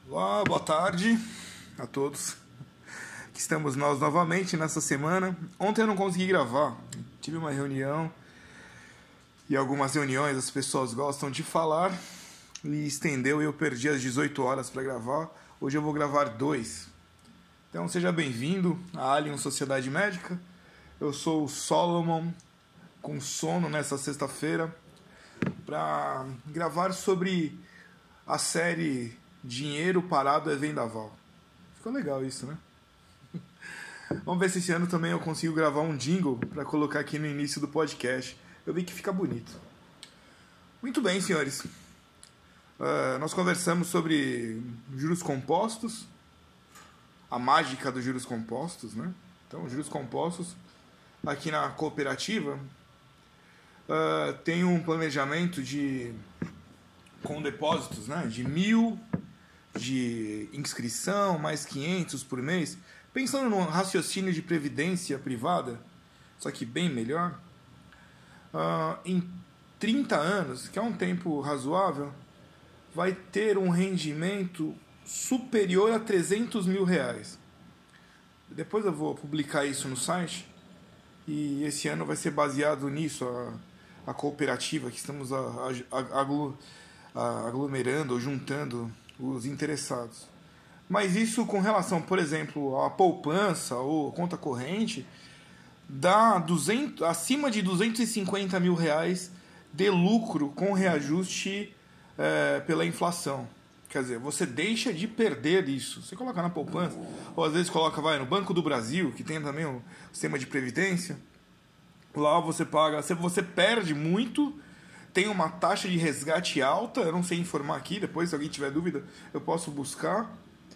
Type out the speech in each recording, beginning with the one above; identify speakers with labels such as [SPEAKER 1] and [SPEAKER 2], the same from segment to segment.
[SPEAKER 1] Olá, boa tarde a todos. Aqui estamos nós novamente nessa semana. Ontem eu não consegui gravar, tive uma reunião e algumas reuniões as pessoas gostam de falar e estendeu e eu perdi as 18 horas para gravar. Hoje eu vou gravar 2. Então seja bem-vindo à Alien Sociedade Médica. Eu sou o Solomon, com sono nessa sexta-feira, para gravar sobre a série Dinheiro Parado é Vendaval. Ficou legal isso, né? Vamos ver se esse ano também eu consigo gravar um jingle para colocar aqui no início do podcast. Eu vi que fica bonito. Muito bem, senhores. Nós conversamos sobre juros compostos, a mágica dos juros compostos, né? Então, juros compostos, aqui na cooperativa, tem um planejamento com depósitos, né? De 1.000 de inscrição, mais 500 por mês. Pensando no raciocínio de previdência privada, só que bem melhor, em 30 anos, que é um tempo razoável, vai ter um rendimento superior a 300 mil reais. Depois eu vou publicar isso no site, e esse ano vai ser baseado nisso, a cooperativa que estamos aglomerando ou juntando os interessados. Mas isso com relação, por exemplo, à poupança ou conta corrente, dá acima de 250 mil reais de lucro com reajuste pela inflação. Quer dizer, você deixa de perder isso. Você coloca na poupança, ou às vezes coloca no Banco do Brasil, que tem também o sistema de previdência. Lá você paga, você perde muito, tem uma taxa de resgate alta, eu não sei informar aqui, depois se alguém tiver dúvida eu posso buscar.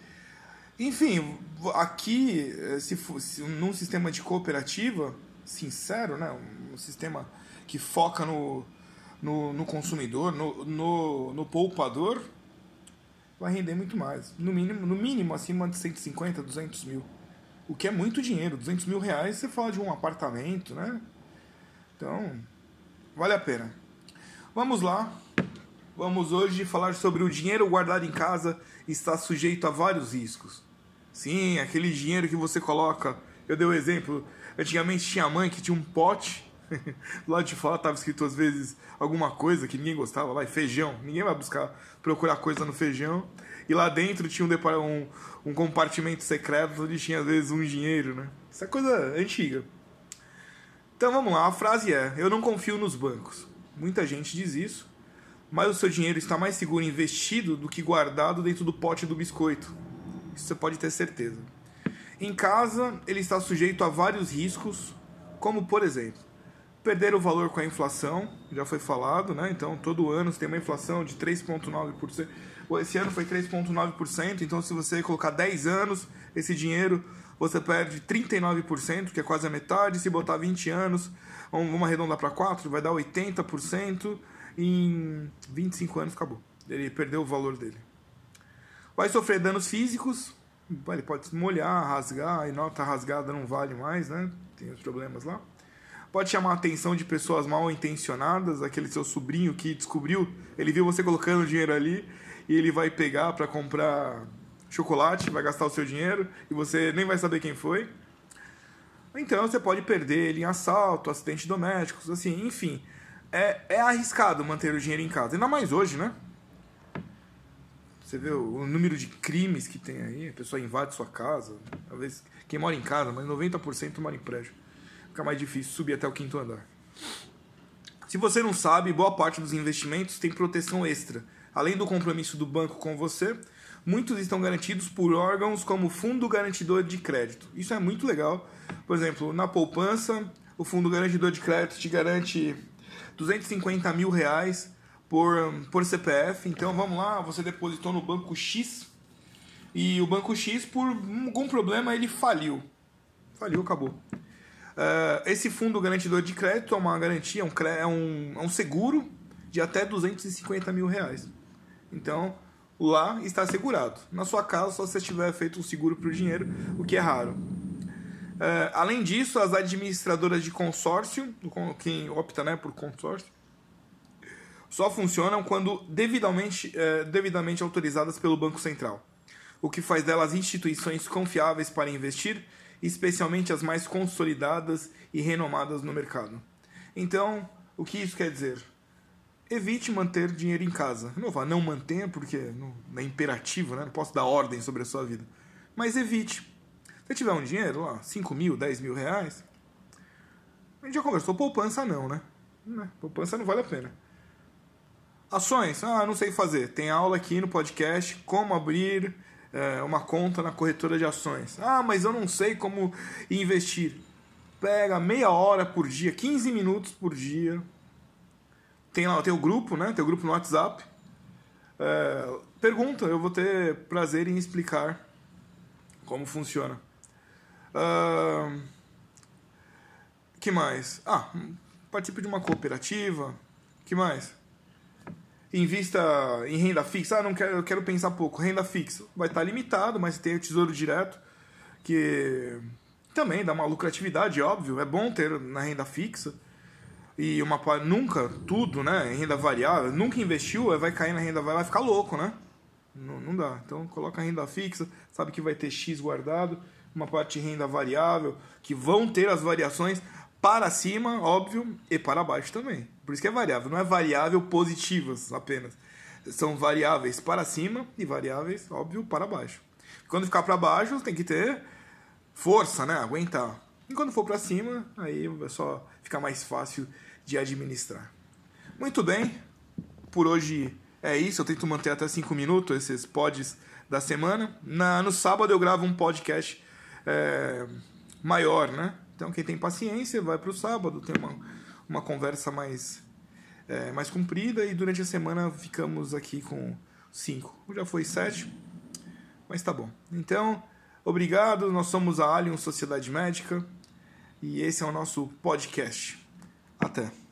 [SPEAKER 1] Enfim, aqui, se num sistema de cooperativa, sincero, né, um sistema que foca no consumidor, no poupador, vai render muito mais. No mínimo acima de 150, 200 mil. O que é muito dinheiro. 200 mil reais você fala de um apartamento, né? Então, vale a pena. Vamos lá. Vamos hoje falar sobre o dinheiro guardado em casa está sujeito a vários riscos. Sim, aquele dinheiro que você coloca. Eu dei o exemplo. Antigamente tinha mãe que tinha um pote. Do lado de fora estava escrito às vezes alguma coisa que ninguém gostava. Feijão. Ninguém vai procurar coisa no feijão. E lá dentro tinha um compartimento secreto onde tinha às vezes um dinheiro, né? Isso é coisa antiga. Então vamos lá. A frase é: eu não confio nos bancos. Muita gente diz isso. Mas o seu dinheiro está mais seguro investido do que guardado dentro do pote do biscoito. Isso você pode ter certeza. Em casa, ele está sujeito a vários riscos, como, por exemplo, perder o valor com a inflação, já foi falado, né? Então, todo ano você tem uma inflação de 3,9%. Esse ano foi 3,9%, então se você colocar 10 anos, esse dinheiro, você perde 39%, que é quase a metade. Se botar 20 anos, vamos arredondar para 4, vai dar 80%. Em 25 anos acabou. Ele perdeu o valor dele. Vai sofrer danos físicos. Ele pode se molhar, rasgar. E nota rasgada não vale mais, né? Tem os problemas lá. Pode chamar a atenção de pessoas mal intencionadas. Aquele seu sobrinho que descobriu, ele viu você colocando dinheiro ali e ele vai pegar para comprar chocolate, vai gastar o seu dinheiro e você nem vai saber quem foi. Então você pode perder ele em assalto, acidentes domésticos, assim, enfim. É arriscado manter o dinheiro em casa. Ainda mais hoje, né? Você vê o número de crimes que tem aí. A pessoa invade sua casa. Talvez quem mora em casa, mas 90% mora em prédio. Fica mais difícil subir até o 5º andar. Se você não sabe, boa parte dos investimentos tem proteção extra. Além do compromisso do banco com você, muitos estão garantidos por órgãos como o Fundo Garantidor de Crédito. Isso é muito legal. Por exemplo, na poupança, o Fundo Garantidor de Crédito te garante 250 mil reais por CPF. Então vamos lá, você depositou no banco X e o banco X, por algum problema, ele faliu. Acabou. Esse fundo garantidor de crédito é uma garantia, é um seguro de até 250 mil reais. Então lá está assegurado. Na sua casa, só se você tiver feito um seguro para o dinheiro, o que é raro. Além disso, as administradoras de consórcio, quem opta, né, por consórcio, só funcionam quando devidamente autorizadas pelo Banco Central. o que faz delas instituições confiáveis para investir, especialmente as mais consolidadas e renomadas no mercado. Então, o que isso quer dizer? Evite manter dinheiro em casa. Não vou falar não mantenha, porque não é imperativo, né? Não posso dar ordem sobre a sua vida. Mas evite. Se tiver um dinheiro, lá, 5 mil, 10 mil reais, a gente já conversou, poupança não, né? Poupança não vale a pena. Ações, não sei fazer. Tem aula aqui no podcast, como abrir uma conta na corretora de ações. Mas eu não sei como investir. Pega meia hora por dia, 15 minutos por dia. Tem o grupo, né? Tem o grupo no WhatsApp. Pergunta, eu vou ter prazer em explicar como funciona. Que mais? Participe de uma cooperativa. Que mais? Invista em renda fixa. Eu quero pensar pouco. Renda fixa vai estar limitado, mas tem o Tesouro Direto, que também dá uma lucratividade, óbvio. É bom ter na renda fixa. E nunca tudo, né? Em renda variável. Nunca investiu, vai cair na renda variável, vai ficar louco, né? Não dá. Então coloca a renda fixa, sabe que vai ter X guardado. Uma parte de renda variável, que vão ter as variações para cima, óbvio, e para baixo também. Por isso que é variável, não é variável positivas apenas. São variáveis para cima e variáveis, óbvio, para baixo. Quando ficar para baixo, tem que ter força, né? Aguentar. E quando for para cima, aí é só ficar mais fácil de administrar. Muito bem, por hoje é isso. Eu tento manter até 5 minutos esses pods da semana. No sábado eu gravo um podcast maior, né? Então quem tem paciência vai para o sábado, tem uma conversa mais comprida, e durante a semana ficamos aqui com 5. Já foi 7, mas tá bom. Então, obrigado, nós somos a Allium Sociedade Médica e esse é o nosso podcast. Até!